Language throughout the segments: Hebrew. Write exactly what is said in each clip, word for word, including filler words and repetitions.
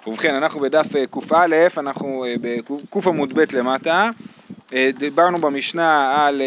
ובכן, אנחנו בדף ק"א, אנחנו בק"א עמוד ב' למטה, דיברנו במשנה על,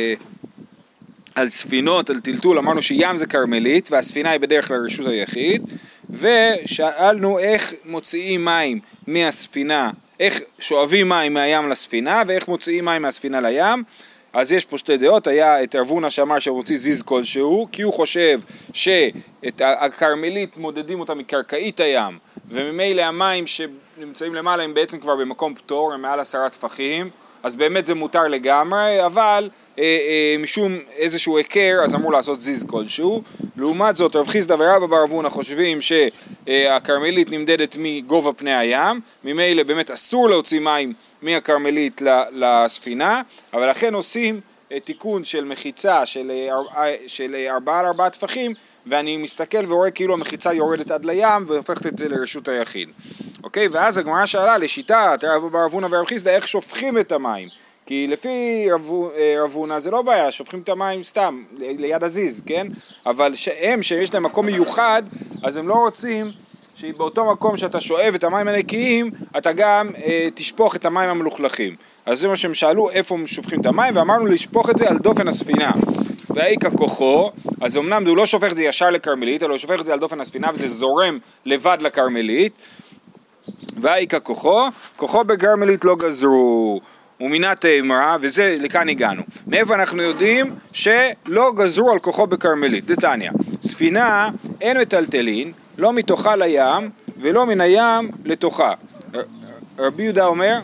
על ספינות, על טלטול, אמרנו שים זה קרמלית, והספינה היא בדרך כלל רשות היחיד, ושאלנו איך מוציאים מים מהספינה, איך שואבים מים מהים לספינה, ואיך מוציאים מים מהספינה לים. אז יש פה שתי דעות, היה את רבונה שאמר שהוא מוציא זיז כלשהו, כי הוא חושב שאת הקרמלית מודדים אותה מקרקעית הים, וממילא המים שנמצאים למעלה הם בעצם כבר במקום פטור, הם מעל עשרה טפחים, אז באמת זה מותר לגמרי, אבל אה, אה, משום איזשהו עיקר, אז אמור לעשות זיז כלשהו. לעומת זאת, רב חיסדא ורבא בר אבונה חושבים שהקרמלית נמדדת מגובה פני הים, ממילא באמת אסור להוציא מים מהקרמלית לספינה, אבל לכן עושים תיקון של מחיצה של, של ארבעה על ארבעה טפחים, ואני מסתכל ורואה כאילו המחיצה יורדת עד לים והופכת את זה לרשות היחיד. אוקיי, ואז הגמרא שאלה לשיטת רב בר אבונה ורב חיסדא איך שופכים את המים, כי לפי רב אבונה זה לא בעיה, שופכים את המים סתם ליד הזיז, כן? אבל הם שיש להם מקום מיוחד, אז הם לא רוצים שבאותו מקום שאתה שואב את המים הנקיים, אתה גם אה, תשפוך את המים המלוכלכים. אז זה מה שהם שאלו, איפה הם שופכים את המים, ואמרנו לשפוך את זה על דופן הספינה. והאיכא כוחו, אז אמנם הוא לא שופך את זה ישר לקרמלית, אלא הוא שופך את זה על דופן הספינה, וזה זורם לבד לקרמלית. והאיכא כוחו, כוחו בקרמלית לא גזרו. ומינה תאמרה, וזה לכאן הגענו. מאיפה אנחנו יודעים שלא גזרו על כוחו בקרמלית? דתניא, ספינה אין מטלטלין, לא מתוכה לים ולא מן הים לתוכה. רבי יהודה אומר,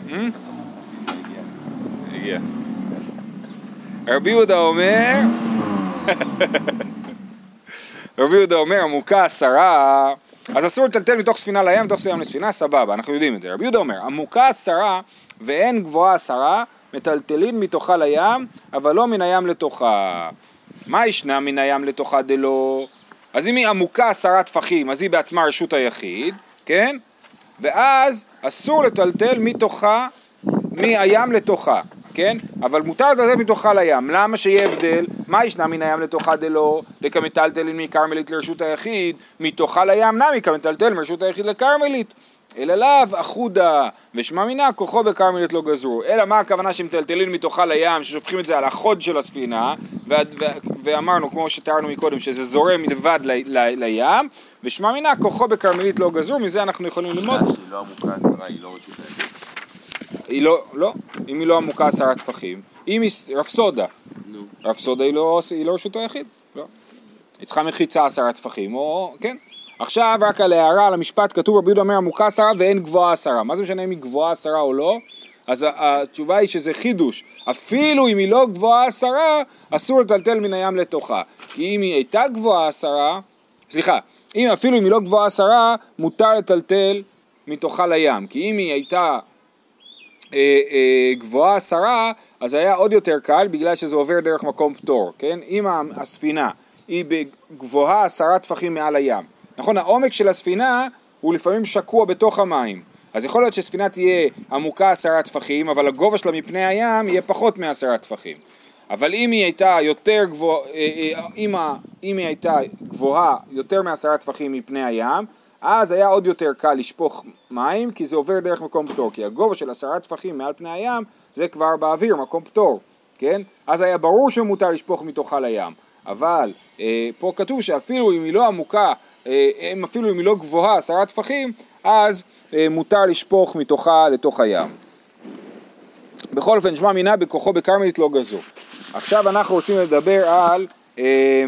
רבי יהודה אומר, רבי יהודה אומר, עמוקה עשרה, אז אסור לטלטל מתוך ספינה לים, מתוך ספינה לספינה, סבבה, אנחנו יודעים את זה. רבי יהודה אומר, עמוקה עשרה ואין גבוהה עשרה, מטלטלין מתוכה לים, אבל לא מן הים לתוכה. מה ישנה מן הים לתוכה דלא? אז אם היא עמוקה עשרה טפחים, אז היא בעצמה רשות היחיד, כן? ואז אסור לטלטל מתוכה, מהים לתוכה, כן? אבל מותר לטלטל מתוכה לים. למה שיהיה הבדל? מה ישנה מן הים לתוכה דלא? דקמטלטלין מקרמלית לרשות היחיד, מתוכה לים נמי כמטלטל מרשות היחיד לקרמלית. אלא לאו אחודה ושמע מינה כוחו בקרמלית לא גזרו. אלא מה הכוונה שמטלטלין מתוכה לים, ששופכים את זה על החוד של הספינה, ו- ו- ואמרנו כמו שתיארנו מקודם שזה זורם מלבד ל- ל- לים, ושמע מינה כוחו בקרמלית לא גזרו. מזה אנחנו יכולים ללמוד. היא לא עמוקה עשרה, היא לא רשות היחיד. היא לא, לא, אם היא לא עמוקה עשרה טפחים, אם היא רפסודה, נו. רפסודה היא לא, היא לא רשות היחיד, לא. היא צריכה מחיצה עשרה טפחים, או, כן. עכשיו רק על הערה, על המשפט כתוב רבי יהודה אומר עמוקה עשרה ואין גבוהה עשרה. מה זה משנה אם היא גבוהה עשרה או לא? אז התשובה היא שזה חידוש. אפילו אם היא לא גבוהה עשרה, אסור לטלטל מן הים לתוכה. כי אם היא הייתה גבוהה עשרה, סליחה, אם אפילו אם היא לא גבוהה עשרה, מותר לטלטל מתוכה לים. כי אם היא הייתה אה, אה, גבוהה עשרה, אז היה עוד יותר קל בגלל שזה עובר דרך מקום פטור. כן? אם הספינה היא בגבוהה עשרה טפחים מעל הים. נכון, העומק של הספינה הוא לפעמים שקוע בתוך המים. אז יכול להיות שספינה תהיה עמוקה עשרה טפחים, אבל הגובה שלה מפני הים יהיה פחות מעשרה טפחים. אבל אם היא הייתה יותר גבוהה, אם, אם היא הייתה גבוהה יותר מעשרה טפחים מפני הים, אז היה עוד יותר קל לשפוך מים, כי זה עובר דרך מקום פטור. כי הגובה של עשרה טפחים מעל פני הים, זה כבר באוויר, מקום פטור. כן? אז היה ברור שמותר לשפוך מתוכה לים. אבל אה, פה כתוב שאפילו אם היא לא עמוקה, אה, אפילו אם היא לא גבוהה, עשרה טפחים, אז אה, מותר לשפוך מתוכה לתוך הים. בכל אופן, שמע מינה בכוחו בקרמלית לא גזרו. עכשיו אנחנו רוצים לדבר על אה,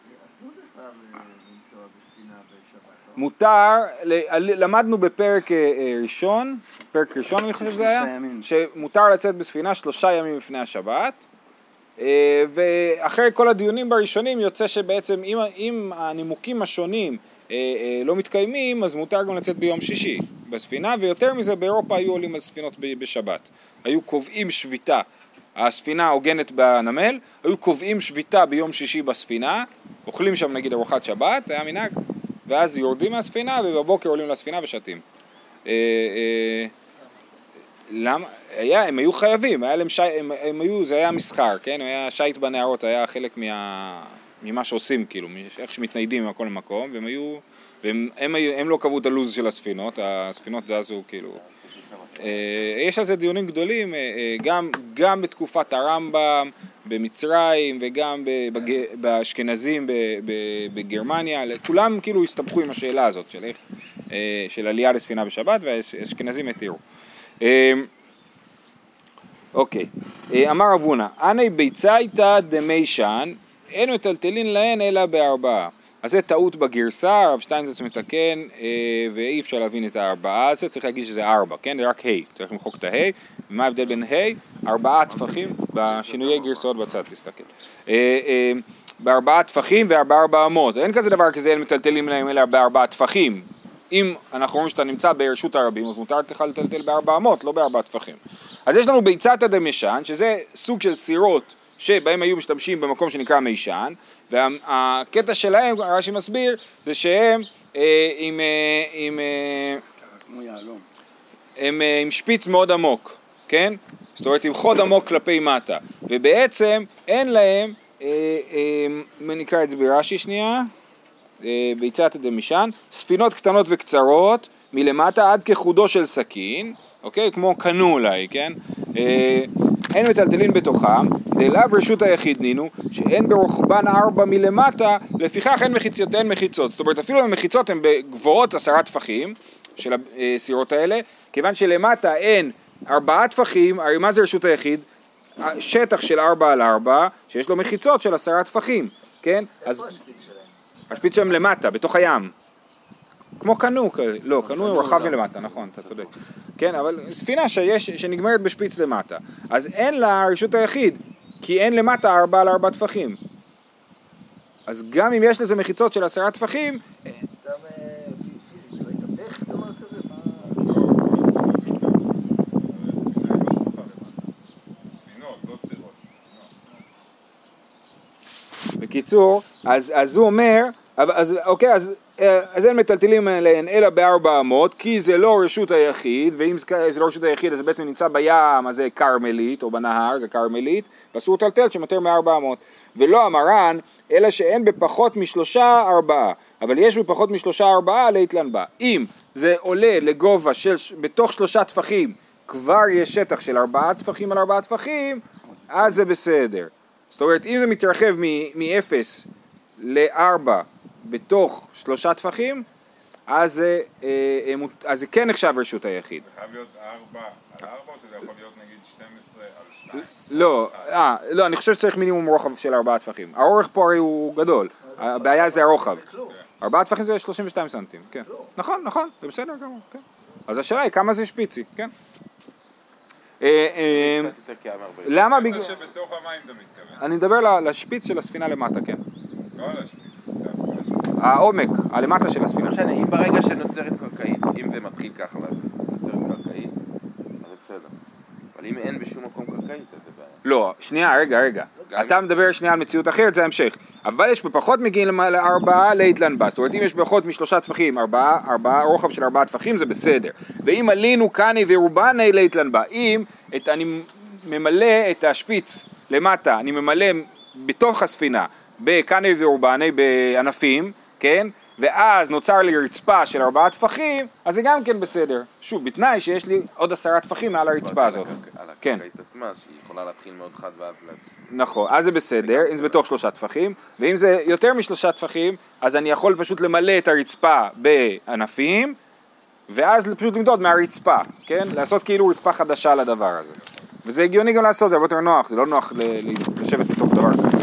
מותר, למדנו בפרק ראשון, פרק ראשון אני חושב שזה היה, שמותר לצאת בספינה שלושה ימים לפני השבת. ואחרי כל הדיונים בראשונים יוצא שבעצם אם, אם הנימוקים השונים אה, אה, לא מתקיימים, אז מותר גם לצאת ביום שישי בספינה, ויותר מזה באירופה היו עולים על ספינות בשבת. היו קובעים שביתה, הספינה עוגנת בנמל, היו קובעים שביתה ביום שישי בספינה, אוכלים שם נגיד ארוחת שבת, היה מנהג, ואז יורדים מהספינה ובבוקר עולים לספינה ושתים. אה, אה, למה? היה, הם היו חייבים, היה להם שי, הם, הם היו, זה היה מסחר, כן? היה שייט בנערות, היה חלק מה, ממה שעושים, כאילו, איך שמתניידים מכל מקום, והם היו והם הם, הם לא קבעו את הלוז של הספינות, הספינות זזו כאילו, יש על זה דיונים גדולים, גם, גם בתקופת הרמב"ם, במצרים וגם באשכנזים בגרמניה, כולם כאילו הסתבכו עם השאלה הזאת של, איך, של עלייה לספינה בשבת, והאשכנזים התירו. אוקיי, אמר אבונה, אנא ביצייתא דמישן, אין מטלטלין להן אלא בארבעה. אז זה טעות בגרסה, הרב שטיינזלץ מתקן, ואי אפשר להבין את הארבעה, אז צריך להגיד שזה ארבע, כן? זה רק ה', צריך למחוק את ה', ומה ההבדל בין ה'? ארבעה טפחים, בשינויי גרסאות בצד, תסתכל. בארבעה טפחים וארבעה ארבעמות, אין כזה דבר כזה, אין מטלטלים להם אלא בארבעה טפחים. אם אנחנו רואים שאתה נמצא ברשות הרבים, אז מותר לך לטלטל בארבעמות, לא בארבעה טפחים. אז יש לנו ביצתא דמישן, שזה סוג של סירות שבהם היו משתמשים במקום שנקרא מישן, והקטע שלהם, רש"י מסביר, זה שהם אה, עם, אה, עם, אה, כמו יעלום. הם אה, עם שפיץ מאוד עמוק, כן? זאת אומרת, עם חוד עמוק כלפי מטה, ובעצם אין להם, אה, אה, נקרא את זה ברש"י שנייה, אה, ביצתא דמישן, ספינות קטנות וקצרות, מלמטה עד כחודו של סכין, אוקיי? כמו קנו אולי, כן? אה, אין מטלטלין בתוכם, דאליו רשות היחיד נינו, שאין ברוחבן ארבע מלמטה, לפיכך אין מחיצות, אין מחיצות. זאת אומרת, אפילו המחיצות הן בגבוהות עשרה טפחים של הסירות האלה, כיוון שלמטה אין ארבעה טפחים, הרי מה זה רשות היחיד? שטח של ארבע על ארבע, שיש לו מחיצות של עשרה טפחים, כן? אז השפיץ שלהם? השפיץ שלהם למטה, בתוך הים. כמו קנו, לא, קנו הוא רחב מלמטה, נכון, אתה צודק. כן, אבל ספינה שיש, שנגמרת בשפיץ למטה. אז אין לה רשות היחיד, כי אין למטה ארבע על ארבע טפחים. אז גם אם יש לזה מחיצות של עשרה טפחים... סתם פיזית, לא יתהפך דבר כזה? ספינות, לא סירות. בקיצור, אז, אז הוא אומר, אז, אוקיי, אז... אז אין מטלטלים עליהן אלא בארבע אמות, כי זה לא רשות היחיד, ואם זה לא רשות היחיד אז זה בעצם נמצא בים, אז זה קרמלית, או בנהר, זה קרמלית, ואסור לטלטל שיותר מארבע אמות. ולא המרן, אלא שאין בפחות משלושה ארבעה, אבל יש בפחות משלושה ארבעה להתלן בה. אם זה עולה לגובה של, בתוך שלושה טפחים, כבר יש שטח של ארבעה טפחים על ארבעה טפחים, אז זה בסדר. זאת אומרת, אם זה מתרחב מ-אפס ל-ארבע, בתוך שלושה טפחים, אז, אה, אז זה כן נחשב רשות היחיד. זה חייב להיות ארבע על ארבע, או שזה יכול להיות נגיד שתים עשרה על שתיים? לא, אה, לא, אני חושב שצריך מינימום רוחב של ארבעה טפחים. האורך פה הרי הוא גדול, הבעיה זה הרוחב. ארבעה טפחים זה שלושים ושתיים סנטים, כן. נכון, נכון, זה בסדר גמור, כן. אז השאלה היא כמה זה שפיצי, כן. למה בגלל... זה שבתוך המים אתה מתכוון. אני מדבר לשפיץ של הספינה למטה, כן. לא על השפיץ. העומק, הלמטה של הספינה. משנה, אם ברגע שנוצרת קרקעית, אם זה מתחיל ככה ונוצרת קרקעית, אז זה בסדר. אבל אם אין בשום מקום קרקעית, אז זה בעיה. לא, שנייה, רגע, רגע. אתה מדבר שנייה על מציאות אחרת, זה המשך. אבל יש בפחות מגיעים לארבעה להתלן בה. זאת אומרת, אם יש פחות משלושה טפחים, ארבעה, ארבעה, רוחב של ארבעה טפחים, זה בסדר. ואם עלינו קני ורובני להתלן בה, אם את, אני ממלא את השפיץ למטה, אני ממלא בתוך הספינה, בקני ורובני, בענפים, כן? ואז נוצר לי רצפה של ארבעה טפחים, אז זה גם כן בסדר. שוב, בתנאי שיש לי עוד עשרה טפחים מעל הרצפה הזאת. על כן. הקרקעית עצמה, שהיא יכולה להתחיל מאוד חד ואז להצ... נכון, אז זה בסדר, אם זה בתוך שלושה טפחים, ואם זה יותר משלושה טפחים, אז אני יכול פשוט למלא את הרצפה בענפים, ואז פשוט למדוד מהרצפה, כן? לעשות כאילו רצפה חדשה לדבר הזה. וזה הגיוני גם לעשות, זה הרבה יותר נוח, זה לא נוח לשבת בתוך דבר כזה.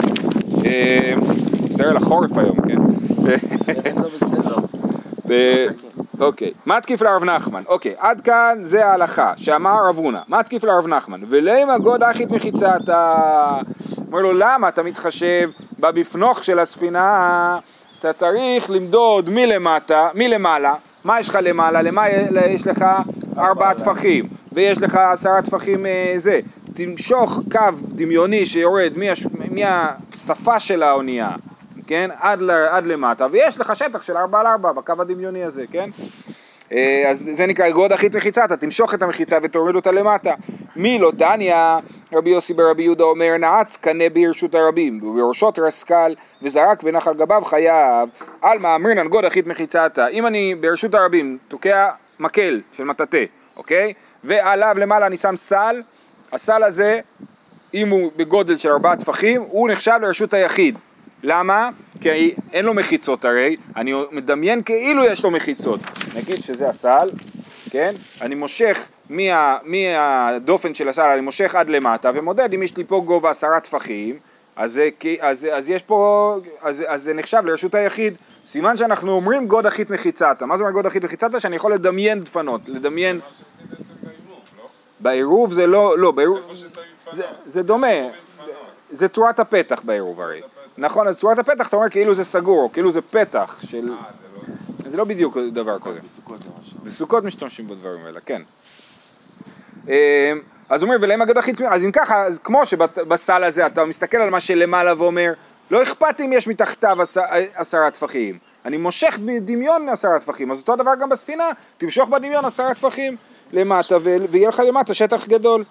מסתכל לחורף היום, כן? לא בסדר. אוקיי, מה תקיף לרב נחמן? אוקיי, עד כאן זה ההלכה שאמר רב הונא, מה תקיף לרב נחמן? ולמה גוד אחית מחיצה אתה... אומר לו, למה אתה מתחשב בבפנוך של הספינה? אתה צריך למדוד מלמטה, מלמעלה, מה יש לך למעלה? למה יש לך ארבעה טפחים, ויש לך עשרה טפחים זה. תמשוך קו דמיוני שיורד מהשפה של האונייה, כן? עד, עד למטה, ויש לך שטח של ארבע על ארבע בקו הדמיוני הזה, כן? אז זה נקרא גוד אחית מחיצה, אתה תמשוך את המחיצה ותוריד אותה למטה. מי לא תניא, רבי יוסי ברבי יהודה אומר, נעץ קנה ברשות הרבים, ובראשות רסקל וזרק ונח על גביו חייב, על מאמרינן גוד אחית מחיצתה, אם אני ברשות הרבים תוקע מקל של מטאטה, אוקיי? ועליו למעלה אני שם סל, הסל הזה, אם הוא בגודל של ארבעה טפחים, הוא נחשב לרשות היחיד. למה? כי אין לו מחיצות הרי, אני מדמיין כאילו יש לו מחיצות. נגיד שזה הסל, כן? אני מושך מה, מהדופן של הסל, אני מושך עד למטה ומודד אם יש לי פה גובה עשרה טפחים, אז, אז, אז יש פה, אז, אז זה נחשב לרשות היחיד. סימן שאנחנו אומרים גוד אחית מחיצתה. מה זה אומר גוד אחית מחיצתה? שאני יכול לדמיין דפנות, לדמיין... מה שעושים בעצם בעירוב, לא? בעירוב זה לא, לא, בעירוב... איפה ששמים דפנות. זה, זה דומה, זה, זה צורת הפתח בעירוב הרי. נכון, אז צורת הפתח אתה אומר כאילו זה סגור, כאילו זה פתח של... אה, זה לא... זה לא בדיוק דבר כזה. בסוכות זה משהו. בסוכות משתמשים בדברים האלה, כן. אז הוא אומר, ולהם הגוד אחית, אז אם ככה, אז כמו שבסל הזה אתה מסתכל על מה שלמעלה ואומר, לא אכפת אם יש מתחתיו עשרה טפחים, אני מושך בדמיון עשרה טפחים, אז אותו דבר גם בספינה, תמשוך בדמיון עשרה טפחים למטה, ויהיה לך למטה שטח גדול.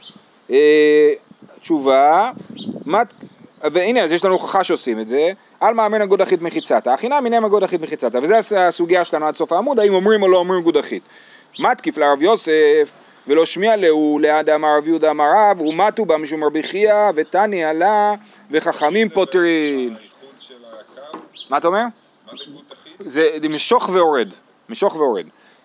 תשובה, והנה, אז יש לנו הוכחה שעושים את זה, על מאמרינן גוד אחית מחיצתה, הכינה מינם הגוד אחית מחיצתה, וזה הסוגיה שלנו עד סוף העמוד, האם אומרים או לא אומרים גוד אחית. מתקיף לרב יוסף, ולא שמיע להו ליד אמר רב יהודה אמר רב, ומתו בה משום רבי חייא, ותני עלה, וחכמים פותרים. האיחוד של הקו, מה אתה אומר? מה זה גוד אחית? זה משוך ויורד, משוך ויורד.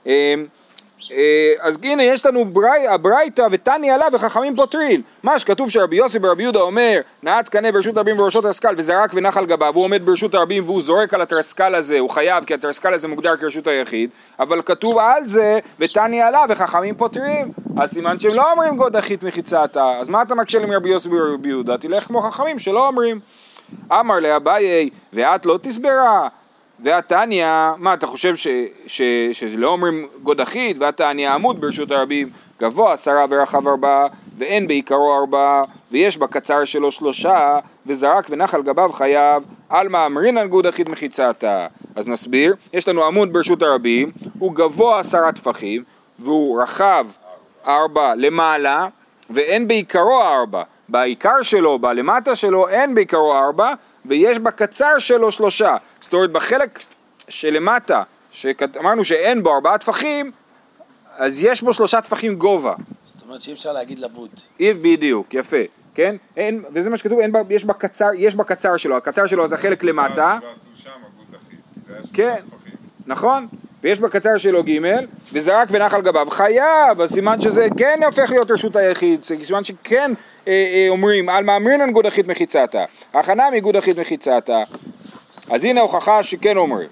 אז הנה יש לנו הברייתא ותני עלה וחכמים פותרים. מה שכתוב שרבי יוסי ברבי יהודה אומר נעץ קנה ברשות הרבים בראשו תרסקל וזרק ונח על גביו, הוא עומד ברשות הרבים והוא זורק על התרסקל הזה, הוא חייב כי התרסקל הזה מוגדר כרשות היחיד, אבל כתוב על זה ותני עלה וחכמים פותרים, אז סימן שהם לא אומרים גוד אחית מחיצתה. אז מה אתה מקשה לי מרבי יוסי ברבי יהודה? תלך כמו חכמים שלא אומרים. אמר לאביי ואת לא תסברה והתניא, מה אתה חושב ש, ש, שזה לא אומרים גוד אחית, והתניא עמוד ברשות הרבים, גבוה עשרה ורחב ארבעה, ואין בעיקרו ארבעה, ויש בקצר שלו שלושה, וזרק ונח על גביו חייב, על מאמרינן גוד אחית מחיצתה. אז נסביר, יש לנו עמוד ברשות הרבים, הוא גבוה עשרה טפחים, והוא רחב ארבע למעלה, ואין בעיקרו ארבע. בעיקר שלו, בלמטה שלו, אין בעיקרו ארבע, ויש בקצר שלו שלושה. זאת אומרת, בחלק שלמטה, שאמרנו שאין בו ארבעה טפחים, אז יש בו שלושה טפחים גובה. זאת אומרת שאי אפשר להגיד לבוד. אי בדיוק, יפה, כן? אין, וזה מה שכתוב, אין בה, יש בקצר, יש בקצר שלו, הקצר שלו זה החלק למטה. ועשו שם גוד אחית, זה היה שלושה כן, טפחים. נכון? ויש בקצר שלו ג' וזרק ונח על גביו חייב, אז סימן שזה כן הופך להיות רשות היחיד, סימן שכן אה, אה, אומרים על מאמרינן גוד אחית מחיצתה, הכנה מגוד אחית מחיצתה. אז הנה הוכחה שכן אומרים.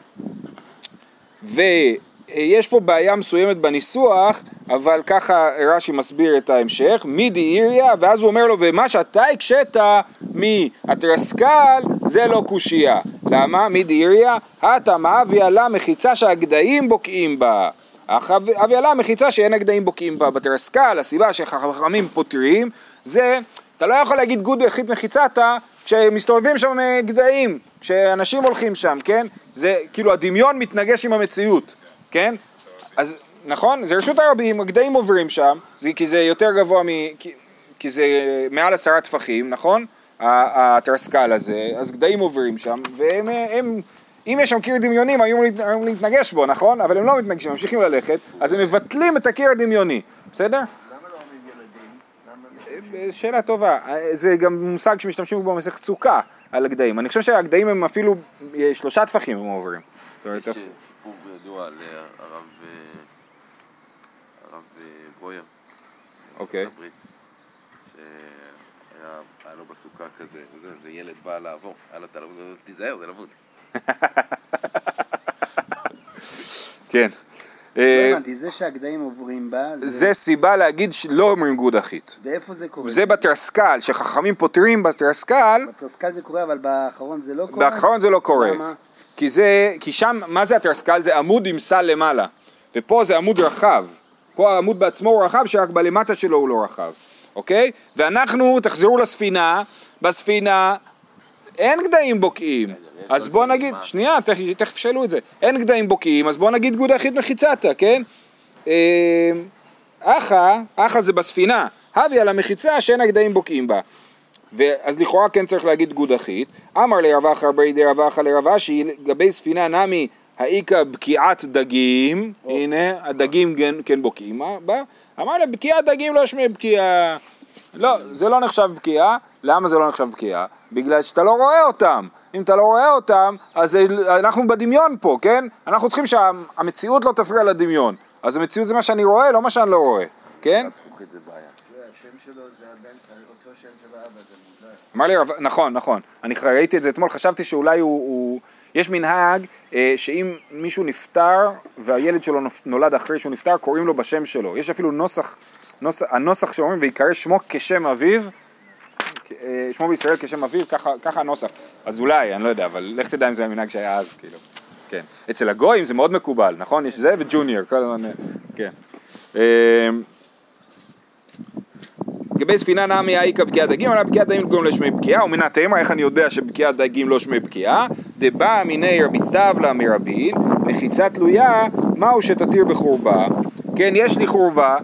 ויש פה בעיה מסוימת בניסוח, אבל ככה רש"י מסביר את ההמשך, מידי איריה, ואז הוא אומר לו, ומה שאתה הקשת מהתרסקל, זה לא קושייה. למה? מידי איריה, אתה מאבי עלה מחיצה שהגדיים בוקעים בה. אבי עלה מחיצה שאין הגדיים בוקעים בה. בתרסקל, הסיבה שחכמים פותרים, זה, אתה לא יכול להגיד גוד אחית מחיצתה, כשמסתובבים שם גדיים, כשאנשים הולכים שם, כן? זה כאילו הדמיון מתנגש עם המציאות, כן? אז נכון, זה רשות הרבים, הגדיים עוברים שם, זה, כי זה יותר גבוה, מ, כי, כי זה מעל עשרה טפחים, נכון? התרסקל הזה, אז גדיים עוברים שם, והם, הם, אם יש שם קיר דמיוני, היו אמורים להתנגש בו, נכון? אבל הם לא מתנגשים, הם ממשיכים ללכת, אז הם מבטלים את הקיר הדמיוני, בסדר? שאלה טובה, זה גם מושג שמשתמשים בו במסכת סוכה על הגדיים. אני חושב שהגדיים הם אפילו שלושה טפחים הם עוברים. יש סיפור ידוע על הרב הרב גויה, אוקיי. שהיה לו בסוכה כזה, וילד בא לעבור, היה לו תלמוד, תיזהר, זה לבוד. כן. לא הבנתי, זה שהגדיים עוברים בה, זה סיבה להגיד שלא אומרים גוד אחית. ואיפה זה קורה? זה בתרסקל, שחכמים פותרים בתרסקל. בתרסקל זה קורה, אבל באחרון זה לא קורה? באחרון זה לא קורה. למה? כי זה, כי שם, מה זה התרסקל? זה עמוד עם סל למעלה. ופה זה עמוד רחב. פה העמוד בעצמו הוא רחב, שרק בלמטה שלו הוא לא רחב. אוקיי? ואנחנו, תחזרו לספינה, בספינה אין גדיים בוקעים. אז בוא נגיד, שנייה, תכף שאלו את זה, אין גדיים בוקעים, אז בוא נגיד גוד אחית מחיצתה, כן? אחא, אחא זה בספינה, הביא על המחיצה שאין הגדיים בוקעים בה. ואז לכאורה כן צריך להגיד גודחית. אמר לרב אחא בר די רב אחא לרב אשי, לגבי ספינה נמי האיקה בקיעת דגים, הנה הדגים כן, כן בוקעים בה, אמר לה בקיעת דגים לא שמי בקיעה, לא, זה לא נחשב בקיעה. למה זה לא נחשב בקיעה? בגלל שאתה לא רואה אותם. אם אתה לא רואה אותם, אז אנחנו בדמיון פה, כן? אנחנו צריכים שהמציאות לא תפריע לדמיון. אז המציאות זה מה שאני רואה, לא מה שאני לא רואה, כן? זה בעיה. השם שלו זה אותו שם של האבא, זה מוזר. אמר לי, נכון, נכון. אני ראיתי את זה אתמול, חשבתי שאולי הוא... הוא... יש מנהג אה, שאם מישהו נפטר והילד שלו נולד אחרי שהוא נפטר, קוראים לו בשם שלו. יש אפילו נוסח, נוסח הנוסח שאומרים ויקרא שמו כשם אביו, אה, שמו בישראל כשם אביו, ככה, ככה הנוסח. אז אולי, אני לא יודע, אבל לך תדע אם זה המנהג שהיה אז, כאילו. כן. אצל הגויים זה מאוד מקובל, נכון? יש זה וג'וניור, כל הזמן, כן. אה, לגבי ספינה נמי האיקה בקיעת דגים, אבל בקיעת דגים גם לא שמי בקיעה, ומן התאמר, איך אני יודע שבקיעת דגים לא שמי בקיעה? דבא מיני רבי טבלה מרבין, מחיצה תלויה, מהו שתתיר בחורבה? כן, יש לי חורבה,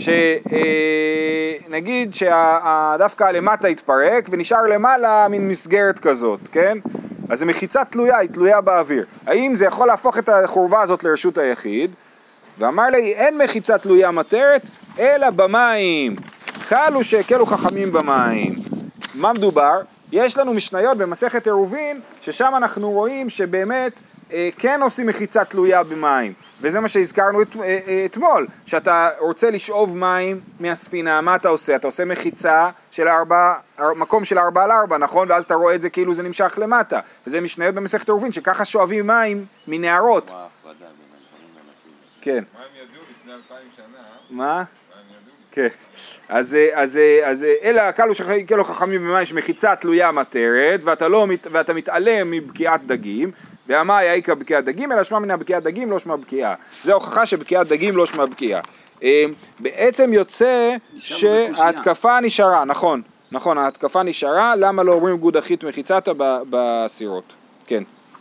שנגיד שדווקא למטה התפרק, ונשאר למעלה מין מסגרת כזאת, כן? אז זה מחיצה תלויה, היא תלויה באוויר. האם זה יכול להפוך את החורבה הזאת לרשות היחיד? ואמר לי, אין מחיצה תלויה מטרת, אלא במים. קלו שהקלו חכמים במים. מה מדובר? יש לנו משניות במסכת עירובין, ששם אנחנו רואים שבאמת אה, כן עושים מחיצה תלויה במים. וזה מה שהזכרנו את, אה, אה, אתמול, שאתה רוצה לשאוב מים מהספינה, מה אתה עושה? אתה עושה מחיצה של ארבע, מקום של ארבע על ארבע, נכון? ואז אתה רואה את זה כאילו זה נמשך למטה. וזה משניות במסכת עירובין, שככה שואבים מים מנהרות. מה ההפרדה בין הדברים לאנשים? כן. מה הם ידעו לפני אלפיים שנה? מה? מה הם ידעו? כן. אז, אז, אז, אלא קלו שהקלו חכמים במים שמחיצה תלויה מטרת, ואתה, לא, ואתה מתעלם מבקיעת דגים, והמה האיקה בקיעת דגים, אלא שמה מן בקיעת דגים לא שמה בקיעה. זה הוכחה שבקיעת דגים לא שמה בקיעה. בעצם יוצא שההתקפה נשארה, נכון, נכון, ההתקפה נשארה, למה לא אומרים גודחית מחיצתה בסירות? כן.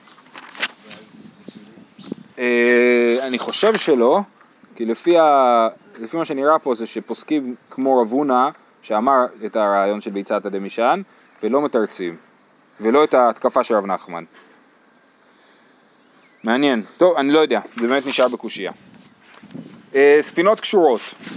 אני חושב שלא, כי לפי ה... לפי מה שנראה פה זה שפוסקים כמו רב הונא שאמר את הרעיון של ביצת דמשען ולא מתרצים ולא את ההתקפה של רב נחמן. מעניין. טוב, אני לא יודע, זה באמת נשאר בקושיה. ספינות קשורות.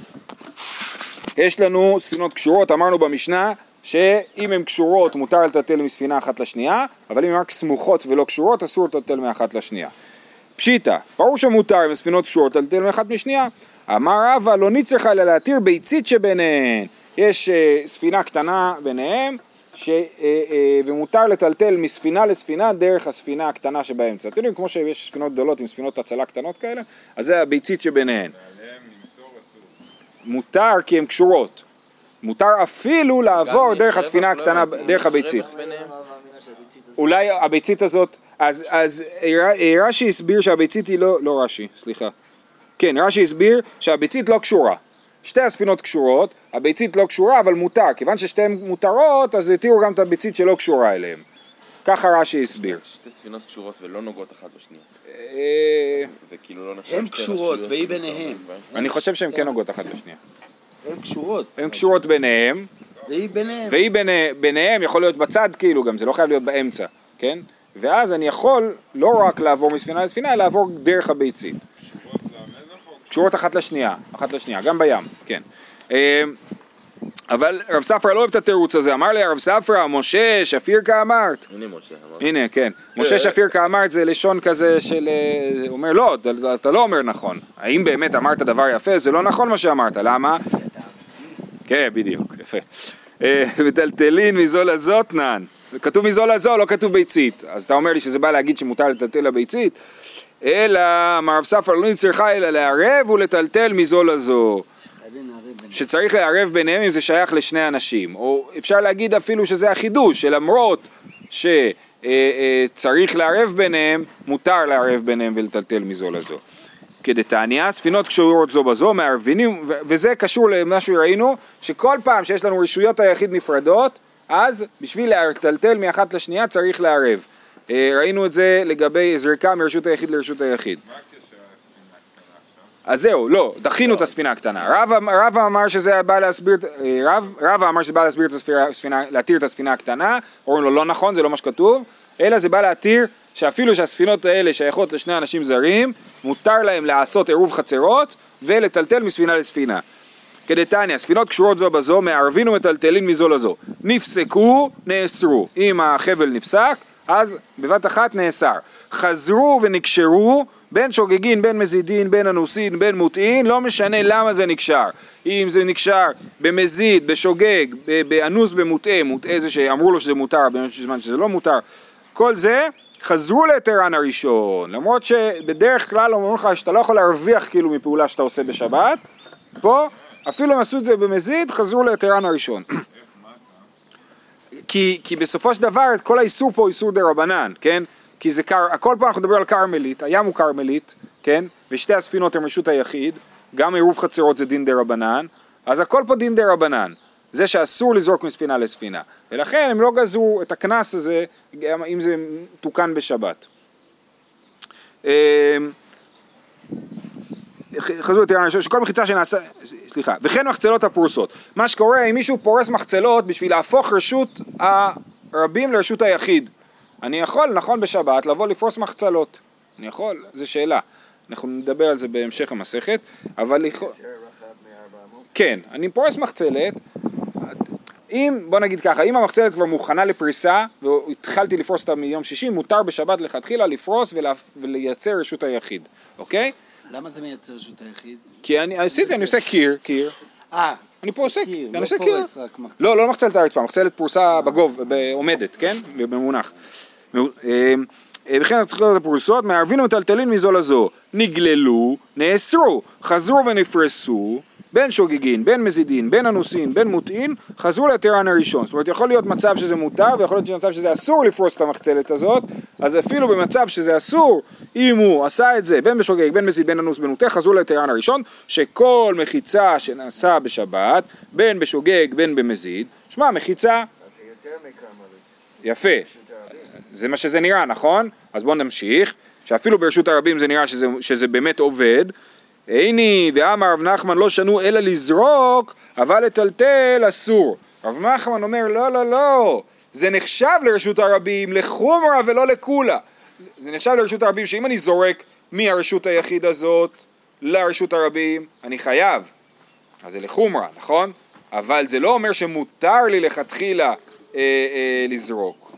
יש לנו ספינות קשורות, אמרנו במשנה שאם הן קשורות מותר לטלטל מספינה אחת לשנייה, אבל אם הן רק סמוכות ולא קשורות אסור לטלטל מאחת לשנייה. פשיטה, ברור שמותר עם ספינות קשורות לטלטל מאחת משנייה. אמר רבא לא נצטרך אלא להתיר ביצית שביניהן. יש uh, ספינה קטנה ביניהם ש, uh, uh, ומותר לטלטל מספינה לספינה דרך הספינה הקטנה שבאמצע. אתם יודעים, כמו שיש ספינות גדולות עם ספינות הצלה קטנות כאלה, אז זה הביצית שביניהן. ועליהם למסור אסור. מותר כי הן קשורות. מותר אפילו לעבור דרך הספינה הקטנה, דרך הביצית. אולי הביצית הזאת, אז, אז רש"י הסביר שהביצית היא לא, לא רש"י, סליחה. כן, רש"י הסביר שהביצית לא קשורה. שתי הספינות קשורות, הביצית לא קשורה, אבל מותר. כיוון ששתיהן מותרות, אז התירו גם את הביצית שלא קשורה אליהם. ככה רש"י הסביר. שתי ספינות קשורות ולא נוגעות אחת בשנייה. זה כאילו לא נחשב הן קשורות, והיא ביניהן. אני חושב שהן כן נוגעות אחת בשנייה. הן קשורות. הן קשורות ביניהם. והיא ביניהם. והיא ביניהם, יכול להיות בצד כאילו גם, זה לא חייב להיות באמצע, כן? ואז אני יכול לא רק לעבור מספינה לספינה, אלא לעבור דרך הביצית. קשורות אחת לשנייה, אחת לשנייה, גם בים, כן. אבל רב ספרא לא אוהב את התירוץ הזה, אמר לי הרב ספרא, משה שפיר כאמרת. הנה משה, אמרת. הנה, כן. משה שפיר כאמרת זה לשון כזה של, הוא אומר לא, אתה לא אומר נכון. האם באמת אמרת דבר יפה? זה לא נכון מה שאמרת, למה? כן, בדיוק, יפה. מטלטלין מזול הזאתנן. כתוב מזול הזו, לא כתוב ביצית. אז אתה אומר לי שזה בא להגיד שמותר לטלטל לביצית? אלא, אמר רב ספרא לא נצטרך אלא לערב ולטלטל מזול הזו. שצריך לערב ביניהם אם זה שייך לשני אנשים. או אפשר להגיד אפילו שזה החידוש, שלמרות שצריך לערב ביניהם, מותר לערב ביניהם ולטלטל מזול הזו. כדתניא, ספינות קשורות זו בזו, מערבינים, וזה קשור למה שראינו, שכל פעם שיש לנו רשויות היחיד נפרדות, אז בשביל לטלטל מאחת לשנייה צריך לערב. ראינו את זה לגבי זריקה מרשות היחיד לרשות היחיד. מה הקשר לספינה הקטנה אז זהו, לא, דחינו את הספינה הקטנה. רב אמר שזה בא להסביר, רב, רב אמר שזה בא להסביר את הספינה, להתיר את הספינה הקטנה, אומרים לו לא נכון, זה לא מה שכתוב, אלא זה בא להתיר שאפילו שהספינות האלה שייכות לשני אנשים זרים, מותר להם לעשות עירוב חצרות ולטלטל מספינה לספינה. כדתניא, ספינות קשורות זו בזו, מערבין ומטלטלין מזו לזו. נפסקו, נאסרו. אם החבל נפסק, אז בבת אחת נאסר. חזרו ונקשרו, בין שוגגין, בין מזידין, בין אנוסין, בין מוטעין, לא משנה למה זה נקשר. אם זה נקשר במזיד, בשוגג, באנוס, במוטעה, מוטעה זה שאמרו לו שזה מותר, בזמן שזה לא מותר, כל זה חזרו ליתרן הראשון, למרות שבדרך כלל אומרים לך שאתה לא יכול להרוויח כאילו מפעולה שאתה עושה בשבת, פה אפילו אם עשו את זה במזיד, חזרו ליתרן הראשון. כי, כי בסופו של דבר כל האיסור פה הוא איסור דרבנן, כן? כי זה קר, הכל פעם אנחנו מדברים על קרמלית, הים הוא קרמלית, כן? ושתי הספינות הם רשות היחיד, גם עירוב חצרות זה דין דרבנן, אז הכל פה דין דרבנן, זה שאסור לזרוק מספינה לספינה, ולכן הם לא גזרו את הכנס הזה, אם זה תוקן בשבת. חזרו את הרעיון, שכל מחיצה שנעשה, סליחה, וכן מחצלות הפרוסות. מה שקורה, אם מישהו פורס מחצלות בשביל להפוך רשות הרבים לרשות היחיד, אני יכול, נכון בשבת, לבוא לפרוס מחצלות. אני יכול, זו שאלה. אנחנו נדבר על זה בהמשך המסכת, אבל... כן, אני פורס מחצלת, אם, בוא נגיד ככה, אם המחצלת כבר מוכנה לפריסה, והתחלתי לפרוס אותה מיום שישי, מותר בשבת לכתחילה לפרוס ולייצר רשות היחיד, אוקיי? למה זה מייצר רשות היחיד? כי אני עשיתי, אני עושה קיר, קיר. אה, אני פה עושה, אני עושה לא קיר. פורס רק מחצלת. לא, לא מחצלת הרצפה, מחצלת פרוסה בגוב, עומדת, כן? במונח. וכן הצחקות הפרוסות, מערבין ומטלטלין מזו לזו, נגללו, נאסרו, חזרו ונפרסו, בין שוגגין, בין מזידין, בין אנוסין, בין מוטעין, חזרו ליתרן הראשון. זאת אומרת, יכול להיות מצב שזה מותר, ויכול להיות מצב שזה אסור לפרוס את המחצלת הזאת, אז אפילו במצב שזה אסור, אם הוא עשה את זה, בין בשוגג, בין מזיד, בין אנוס, בין מוטע, חזרו ליתרן הראשון, שכל מחיצה שנעשה בשבת, בין בשוגג, בין במזיד, שמע, מחיצה... אז זה יותר מקרמלית. יפה. זה מה שזה נראה, נכון? אז בואו נמשיך, שאפילו ברשות הרבים זה נראה שזה, שזה באמת עובד. איני ואמר רב נחמן לא שנו אלא לזרוק, אבל לטלטל אסור. רב נחמן אומר לא לא לא, זה נחשב לרשות הרבים, לחומרה ולא לכולה. זה נחשב לרשות הרבים שאם אני זורק מהרשות היחיד הזאת לרשות הרבים, אני חייב. אז זה לחומרה, נכון? אבל זה לא אומר שמותר לי לכתחילה אה, אה, לזרוק.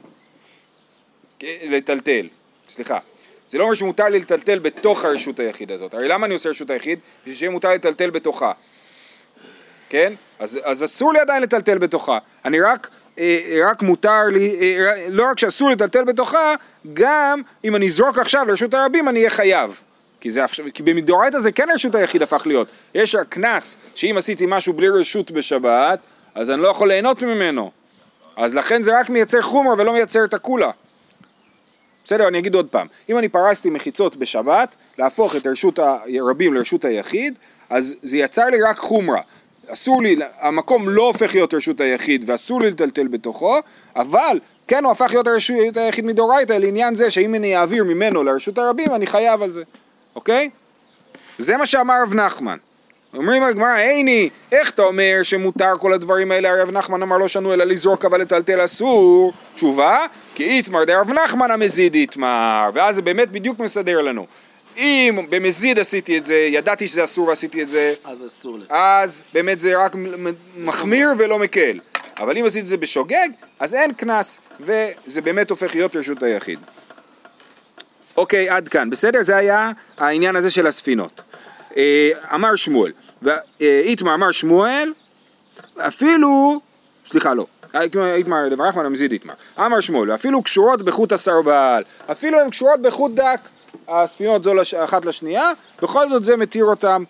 לטלטל, סליחה. זה לא אומר שמותר לי לטלטל בתוך הרשות היחיד הזאת. הרי למה אני עושה רשות היחיד? בשביל שיהיה מותר לטלטל בתוכה. כן? אז, אז אסור לי עדיין לטלטל בתוכה. אני רק, אה, רק מותר לי, אה, לא רק שאסור לטלטל בתוכה, גם אם אני זרוק עכשיו לרשות הרבים אני אהיה חייב. כי, זה, כי במדאורייתא זה כן הרשות היחיד הפך להיות. יש הכנס שאם עשיתי משהו בלי רשות בשבת, אז אני לא יכול ליהנות ממנו. אז לכן זה רק מייצר חומר ולא מייצר את הכולה. בסדר, אני אגיד עוד פעם, אם אני פרסתי מחיצות בשבת, להפוך את רשות הרבים לרשות היחיד, אז זה יצר לי רק חומרה. אסור לי, המקום לא הופך להיות רשות היחיד, ואסור לי לטלטל בתוכו, אבל כן הוא הפך להיות הרשות היחיד מדאורייתא, לעניין זה שאם אני אעביר ממנו לרשות הרבים, אני חייב על זה. אוקיי? זה מה שאמר רב נחמן. אומרים הגמרא, איני, איך אתה אומר שמותר כל הדברים האלה? רב נחמן אמר לא שנו אלא לזרוק אבל לטלטל אסור. תשובה, כי איתמר דרב נחמן המזיד איתמר, ואז זה באמת בדיוק מסדר לנו. אם במזיד עשיתי את זה, ידעתי שזה אסור ועשיתי את זה, אז אסור לך. אז באמת זה רק מחמיר ולא מקל. אבל אם עשיתי את זה בשוגג, אז אין כנס, וזה באמת הופך להיות רשות היחיד. אוקיי, עד כאן. בסדר? זה היה העניין הזה של הספינות. אמר שמואל, ואיתמר אמר שמואל, אפילו, סליחה לא, איתמר דברך מן המזיד איתמר, אמר שמואל, אפילו קשורות בחוט הסרבל, אפילו הן קשורות בחוט דק, הספינות זו אחת לשנייה, בכל זאת זה מתיר אותם,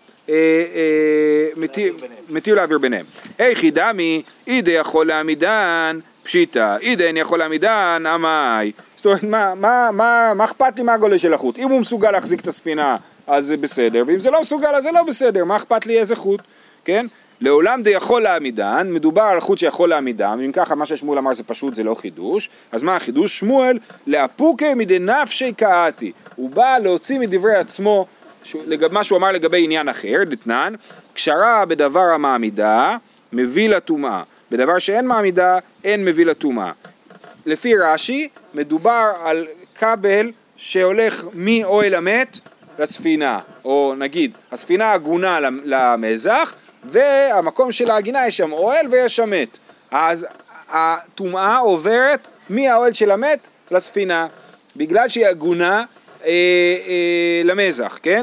מתיר להעביר ביניהם. היכי דמי, אידי יכול להעמידן, פשיטה, אידי אין יכול להעמידן, אמי, זאת אומרת, מה, מה, מה, מה אכפת לי מהגולה של החוט? אם הוא מסוגל להחזיק את הספינה, אז זה בסדר, ואם זה לא מסוגל, אז זה לא בסדר, מה אכפת לי איזה חוט, כן? לעולם די יכול להעמידן, מדובר על חוט שיכול להעמידן, אם ככה מה ששמואל אמר זה פשוט, זה לא חידוש, אז מה החידוש? שמואל, לאפוקי מדי נפשי קאתי, הוא בא להוציא מדברי עצמו מה שהוא אמר לגבי עניין אחר, דתנן, קשרה בדבר המעמידה, מביא לטומאה. בדבר שאין מעמידה, אין מביא לטומאה. לפי רש"י, מדובר על כבל שהולך מאוהל המת לספינה, או נגיד, הספינה עגונה למזח, והמקום של העגינה יש שם אוהל ויש שם מת. אז הטומאה עוברת מהאוהל של המת לספינה, בגלל שהיא עגונה אה, אה, למזח, כן?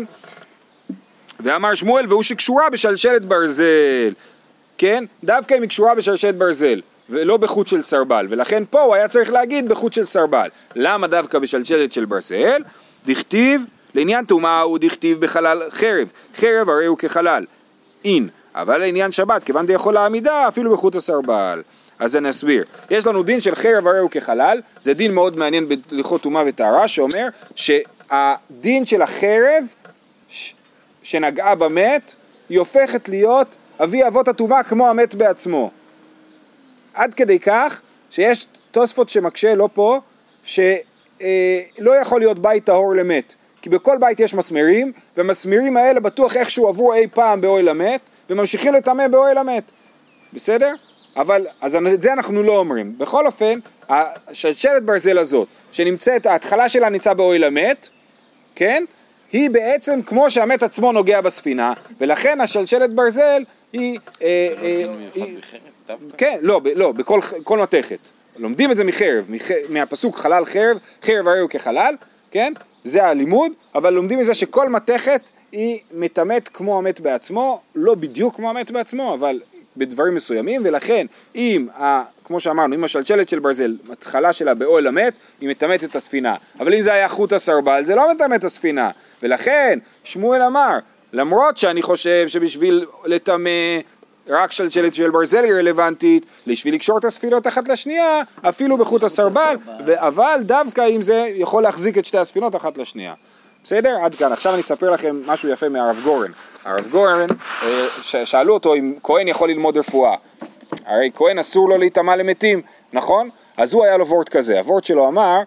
ואמר שמואל, והוא שקשורה בשלשלת ברזל, כן? דווקא אם היא קשורה בשלשלת ברזל, ולא בחוט של סרבל, ולכן פה הוא היה צריך להגיד בחוט של סרבל. למה דווקא בשלשלת של ברזל? דכתיב, לעניין טומאה הוא דכתיב בחלל חרב, חרב הרי הוא כחלל, אין, אבל לעניין שבת, כיוון די יכול לעמידה, אפילו בחוט הסרבל. אז אני אסביר. יש לנו דין של חרב הרי הוא כחלל, זה דין מאוד מעניין בהלכות טומאה וטהרה, שאומר שהדין של החרב ש... שנגעה במת, היא הופכת להיות אבי אבות הטומאה כמו המת בעצמו. עד כדי כך שיש תוספות שמקשה לא פה, שלא אה, יכול להיות בית טהור למת. כי בכל בית יש מסמרים, והמסמרים האלה בטוח איכשהו עברו אי פעם באוהל המת, וממשיכים לטמא באוהל המת. בסדר? אבל, אז את זה אנחנו לא אומרים. בכל אופן, השלשלת ברזל הזאת, שנמצאת, ההתחלה שלה נמצא באוהל המת, כן? היא בעצם כמו שהמת עצמו נוגע בספינה, ולכן השלשלת ברזל היא... אה, אה, היא כן, לא, לא, בכל כל מתכת. לומדים את זה מחרב, מהפסוק חלל חרב, חרב הרי הוא כחלל, כן? זה הלימוד, אבל לומדים מזה שכל מתכת היא מטמאת כמו המת בעצמו, לא בדיוק כמו המת בעצמו, אבל בדברים מסוימים, ולכן אם, ה, כמו שאמרנו, אם השלשלת של ברזל, התחלה שלה באוהל המת, היא מטמאת את הספינה. אבל אם זה היה חוט הסרבל, זה לא מטמאת את הספינה. ולכן שמואל אמר, למרות שאני חושב שבשביל לטמא רק שלשלת של ברזל היא רלוונטית, בשביל לקשור את הספינות אחת לשנייה, אפילו בחוט הסרבל, אבל דווקא אם זה יכול להחזיק את שתי הספינות אחת לשנייה. בסדר? עד כאן. עכשיו אני אספר לכם משהו יפה מהרב גורן. הרב גורן, שאלו אותו אם כהן יכול ללמוד רפואה. הרי כהן אסור לו להיטמא למתים, נכון? אז הוא היה לו וורט כזה. הוורט שלו אמר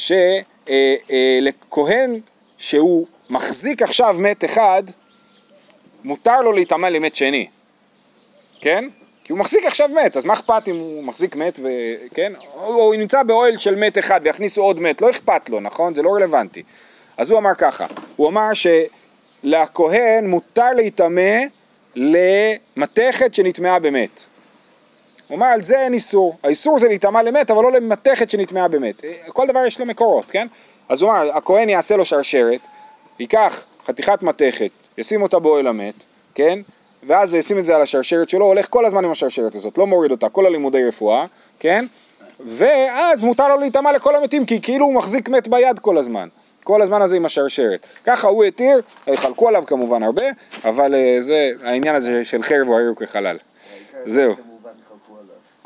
שלכהן שהוא מחזיק עכשיו מת אחד, מותר לו להיטמא למת שני. כן? כי הוא מחזיק עכשיו מת, אז מה אכפת אם הוא מחזיק מת וכן? או הוא נמצא באוהל של מת אחד ויכניסו עוד מת, לא אכפת לו, נכון? זה לא רלוונטי. אז הוא אמר ככה, הוא אמר שלכהן מותר להיטמא למתכת שנטמעה במת. הוא אמר על זה אין איסור, האיסור זה להיטמא למת אבל לא למתכת שנטמעה במת. כל דבר יש לו מקורות, כן? אז הוא אמר, הכהן יעשה לו שרשרת, ייקח חתיכת מתכת, ישים אותה באוהל המת, כן? ואז ישים את זה על השרשרת שלו, הולך כל הזמן עם השרשרת הזאת, לא מוריד אותה, כל הלימודי רפואה, כן? ואז מותר לו להיטמא לכל המתים, כי כאילו הוא מחזיק מת ביד כל הזמן. כל הזמן הזה עם השרשרת. ככה הוא התיר, חלקו עליו כמובן הרבה, אבל זה, העניין הזה של חרב הוא כחלל. זהו.